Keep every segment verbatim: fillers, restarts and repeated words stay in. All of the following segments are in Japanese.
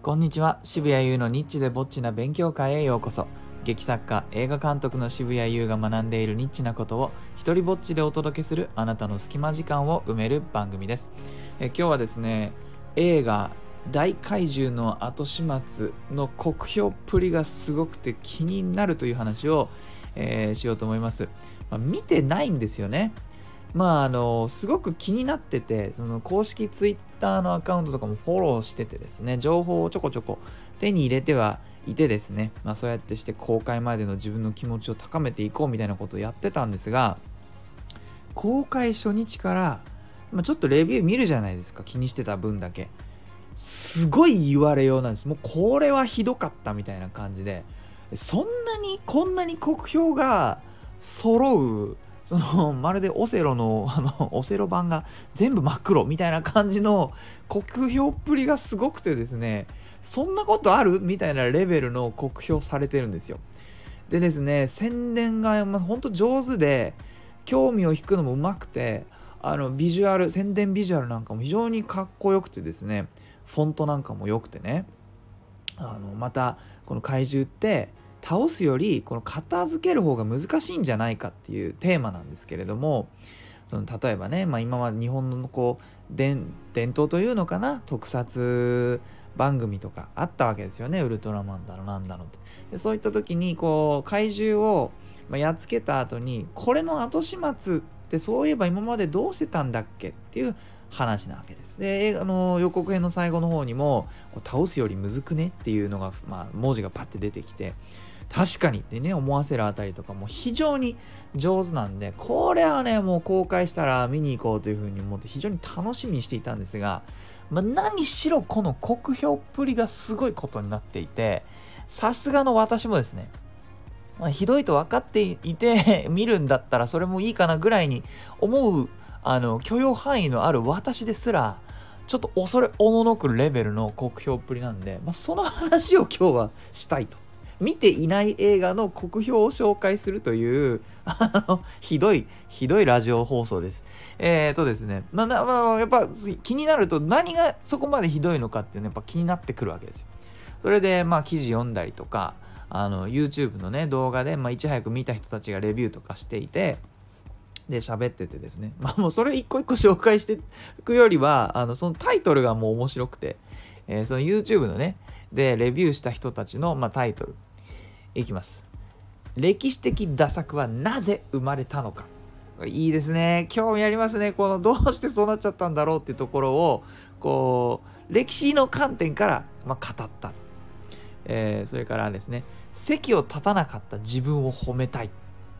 こんにちは。渋谷優のニッチでぼっちな勉強会へようこそ。劇作家、映画監督の渋谷優が学んでいるニッチなことを一人ぼっちでお届けするあなたの隙間時間を埋める番組です。え今日はですね、映画大怪獣の後始末の酷評っぷりがすごくて気になるという話を、えーしようと思います。まあ、見てないんですよね。まああのすごく気になってて、その公式ツイッターのアカウントとかもフォローしててですね、情報をちょこちょこ手に入れてはいてですね、まあそうやってして公開までの自分の気持ちを高めていこうみたいなことをやってたんですが、公開初日から、まあ、ちょっとレビュー見るじゃないですか、気にしてた分だけ。すごい言われようなんです。もうこれはひどかったみたいな感じで、そんなにこんなに酷評が揃う、そのまるでオセロのあのオセロ版が全部真っ黒みたいな感じの酷評っぷりがすごくてですね、そんなことあるみたいなレベルの酷評されてるんですよ。でですね、宣伝がまあ本当上手で、興味を引くのもうまくて、あのビジュアル宣伝ビジュアルなんかも非常にかっこよくてですね、フォントなんかも良くてね、あのまたこの怪獣って倒すよりこの片付ける方が難しいんじゃないかっていうテーマなんですけれども、その例えばね、まあ、今まで日本のこう伝伝統というのかな、特撮番組とかあったわけですよね。ウルトラマンだのなんだのって。でそういった時にこう怪獣をまあやっつけた後に、これの後始末ってそういえば今までどうしてたんだっけっていう話なわけです。で、映画の予告編の最後の方にも、こう倒すよりむずくねっていうのが、まあ、文字がパッて出てきて、確かにってね思わせるあたりとかも非常に上手なんで、これはねもう公開したら見に行こうというふうに思って非常に楽しみにしていたんですが、まあ、何しろこの酷評っぷりがすごいことになっていて、さすがの私もですね、まあ、ひどいと分かっていて見るんだったらそれもいいかなぐらいに思う、あの許容範囲のある私ですらちょっと恐れおののくレベルの酷評っぷりなんで、まあ、その話を今日はしたいと。見ていない映画の酷評を紹介するというあのひどいひどいラジオ放送です。えーとですね、まあ、まあ、やっぱ気になると何がそこまでひどいのかっていうのはやっぱ気になってくるわけですよ。それでまあ記事読んだりとか、あの YouTube のね動画で、まあ、いち早く見た人たちがレビューとかしていて、で喋っててですね、まあもうそれ一個一個紹介していくよりは、あのそのタイトルがもう面白くて、えー、その YouTube のねでレビューした人たちの、まあ、タイトルいきます。歴史的ダ作はなぜ生まれたのか。いいですね、興味ありますね。このどうしてそうなっちゃったんだろうっていうところをこう歴史の観点から、まあ、語った、えー、それからですね、席を立たなかった自分を褒めたい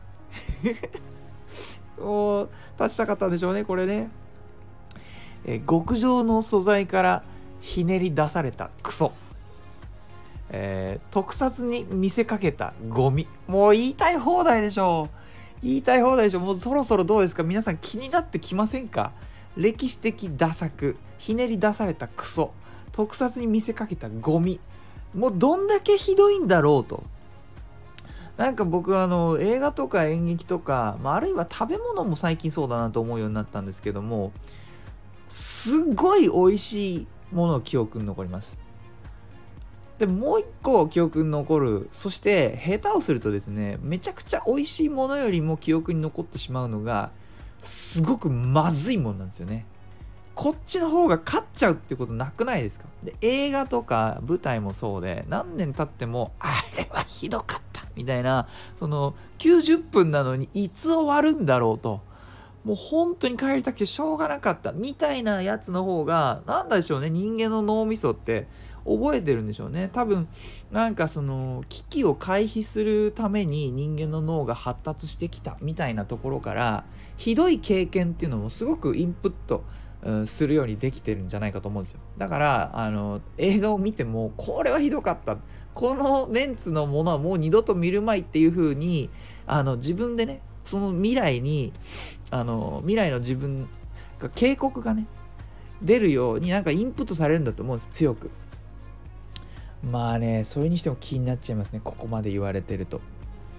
もう立ちたかったんでしょうねこれね。えー、極上の素材からひねり出されたクソ、えー、特撮に見せかけたゴミ。もう言いたい放題でしょう言いたい放題でしょ。もうそろそろどうですか皆さん、気になってきませんか。歴史的ダ作、ひねり出されたクソ、特撮に見せかけたゴミ、もうどんだけひどいんだろうと。なんか僕はあの映画とか演劇とか、まあ、あるいは食べ物も最近そうだなと思うようになったんですけども、すごい美味しいものを記憶に残ります。でもう一個記憶に残る、そして下手をするとですね、めちゃくちゃ美味しいものよりも記憶に残ってしまうのがすごくまずいものなんですよね。こっちの方が勝っちゃうってことなくないですか。で映画とか舞台もそうで、何年経ってもあれはひどかったみたいな、そのきゅうじゅっぷんなのにいつ終わるんだろうと、もう本当に帰りたくてしょうがなかったみたいなやつの方が、なんでしょうね、人間の脳みそって覚えてるんでしょうね。多分なんかその危機を回避するために人間の脳が発達してきたみたいなところから、ひどい経験っていうのもすごくインプットするようにできてるんじゃないかと思うんですよ。だからあの映画を見てもこれはひどかった、このメンツのものはもう二度と見るまいっていう風に、あの自分でね、その未来にあの未来の自分が警告がね出るようになんかインプットされるんだと思うんです、強く。まあね、それにしても気になっちゃいますね、ここまで言われてると。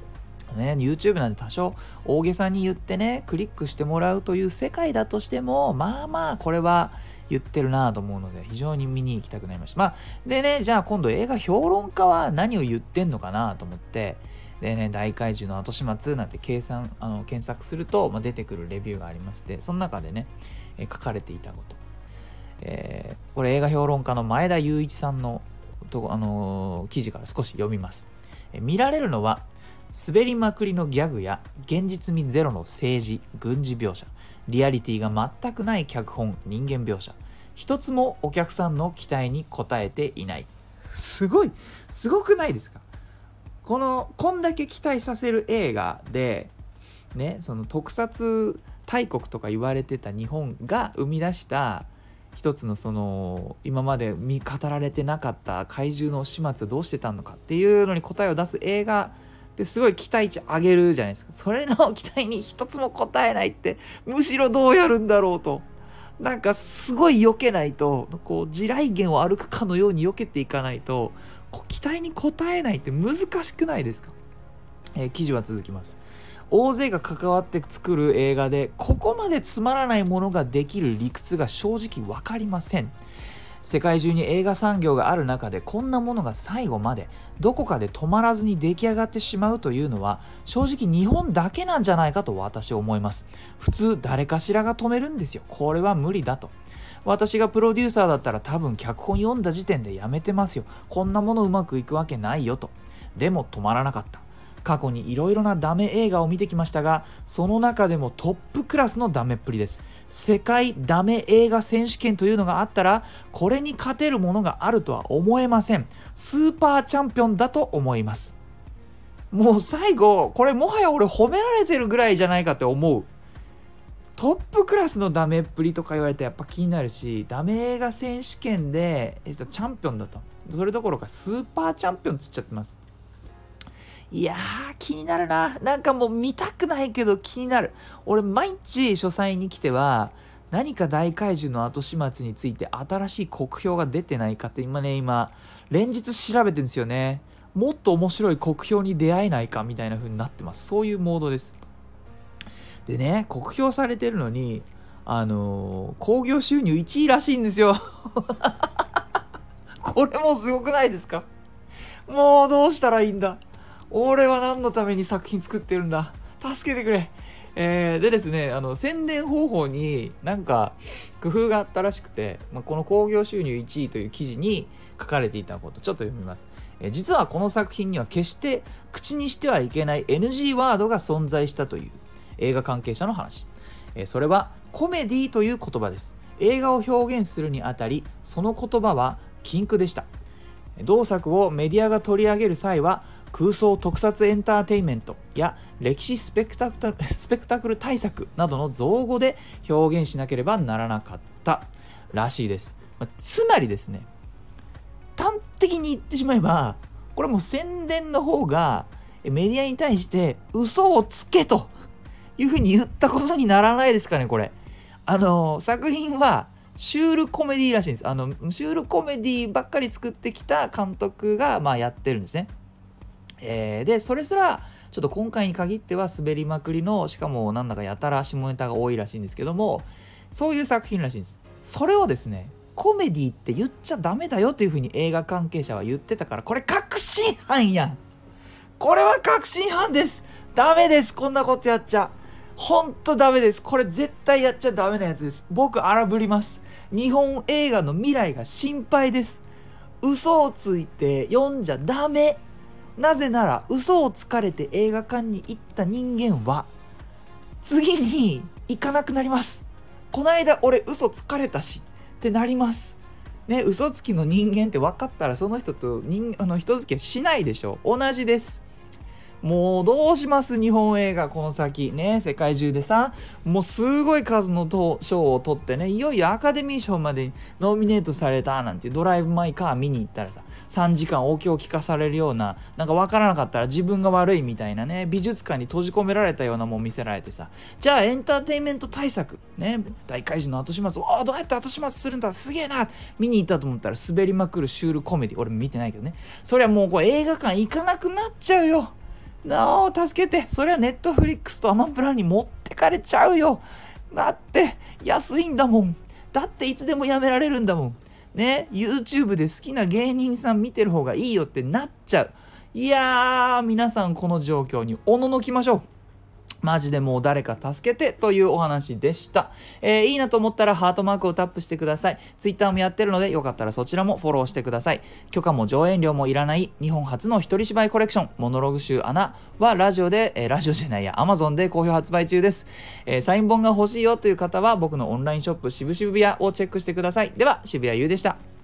ね、YouTube なんて多少大げさに言ってねクリックしてもらうという世界だとしても、まあまあこれは言ってるなと思うので非常に見に行きたくなりました。まあでね、じゃあ今度映画評論家は何を言ってんのかなと思って、でね、大怪獣の後始末なんて計算あの検索すると、まあ、出てくるレビューがありまして、その中でね、えー書かれていたこと、えーこれ映画評論家の前田雄一さんのと、あのー記事から少し読みます。えー見られるのは滑りまくりのギャグや現実味ゼロの政治軍事描写、リアリティが全くない脚本人間描写、一つもお客さんの期待に応えていない。すごいすごくないですか？このこんだけ期待させる映画でね、その特撮大国とか言われてた日本が生み出した一つのその今まで見語られてなかった怪獣の始末どうしてたのかっていうのに答えを出す映画ですごい期待値上げるじゃないですか。それの期待に一つも応えないって、むしろどうやるんだろうと、なんかすごい避けないと、こう地雷原を歩くかのように避けていかないとこう期待に応えないって難しくないですか？えー記事は続きます。大勢が関わって作る映画でここまでつまらないものができる理屈が正直分かりません。世界中に映画産業がある中でこんなものが最後までどこかで止まらずに出来上がってしまうというのは正直日本だけなんじゃないかと私は思います。普通誰かしらが止めるんですよ。これは無理だと。私がプロデューサーだったら多分脚本読んだ時点でやめてますよ。こんなものうまくいくわけないよと。でも止まらなかった。過去にいろいろなダメ映画を見てきましたが、その中でもトップクラスのダメっぷりです。世界ダメ映画選手権というのがあったら、これに勝てるものがあるとは思えません。スーパーチャンピオンだと思います。もう最後、これもはや俺褒められてるぐらいじゃないかって思う。トップクラスのダメっぷりとか言われてやっぱ気になるし、ダメ映画選手権で、えっと、チャンピオンだと。それどころかスーパーチャンピオンつっちゃってます。いやー気になるな。なんかもう見たくないけど気になる。俺毎日書斎に来ては何か大怪獣の後始末について新しい酷評が出てないかって今ね今連日調べてるんですよね。もっと面白い酷評に出会えないかみたいな風になってます。そういうモードです。でね、酷評されてるのにあのー、興行収入いちいらしいんですよ。これもすごくないですか？もうどうしたらいいんだ。俺は何のために作品作ってるんだ。助けてくれ。えー、でですね、あの宣伝方法になんか工夫があったらしくて、まあ、この興行収入いちいという記事に書かれていたことちょっと読みます。えー、実はこの作品には決して口にしてはいけない エヌジー ワードが存在したという映画関係者の話。えー、それはコメディという言葉です。映画を表現するにあたりその言葉は禁句でした。同作をメディアが取り上げる際は空想特撮エンターテインメントや歴史スペクタクル、スペクタクル大作などの造語で表現しなければならなかったらしいです。つまりですね、端的に言ってしまえばこれもう宣伝の方がメディアに対して嘘をつけというふうに言ったことにならないですかね。これあの作品はシュールコメディらしいんです。あのシュールコメディばっかり作ってきた監督がまあやってるんですね。えー、でそれすらちょっと今回に限っては滑りまくりの、しかもなんだかやたら下ネタが多いらしいんですけども、そういう作品らしいんです。それをですねコメディって言っちゃダメだよというふうに映画関係者は言ってたから、これ確信犯やん。これは確信犯です。ダメです。こんなことやっちゃほんとダメです。これ絶対やっちゃダメなやつです。僕荒ぶります。日本映画の未来が心配です。嘘をついて読んじゃダメ。なぜなら嘘をつかれて映画館に行った人間は次に行かなくなります。こないだ俺嘘つかれたしってなりますね。嘘つきの人間って分かったらその人と人あの人付き合いしないでしょ。同じです。もうどうします。日本映画この先ね、世界中でさもうすごい数の賞を取ってね、いよいよアカデミー賞までにノミネートされたなんてドライブ・マイ・カー見に行ったらささんじかんお経を聞かされるような、なんか分からなかったら自分が悪いみたいなね、美術館に閉じ込められたようなもん見せられてさ、じゃあエンターテインメント対策ね、大怪獣の後始末、おどうやって後始末するんだすげえな見に行ったと思ったら滑りまくるシュールコメディ、俺見てないけどね、そりゃもうこれ映画館行かなくなっちゃうよなあ、助けて。それはネットフリックスとアマプラに持ってかれちゃうよ。だって安いんだもん。だっていつでもやめられるんだもん。ね、YouTube で好きな芸人さん見てる方がいいよってなっちゃう。いやー、皆さんこの状況におののきましょう。マジでもう誰か助けてというお話でした。えー、いいなと思ったらハートマークをタップしてください。ツイッターもやってるのでよかったらそちらもフォローしてください。許可も上演料もいらない日本初の一人芝居コレクションモノログ集アナはラジオで、えー、ラジオじゃないや Amazon で好評発売中です、えー。サイン本が欲しいよという方は僕のオンラインショップ渋々屋をチェックしてください。では渋谷優でした。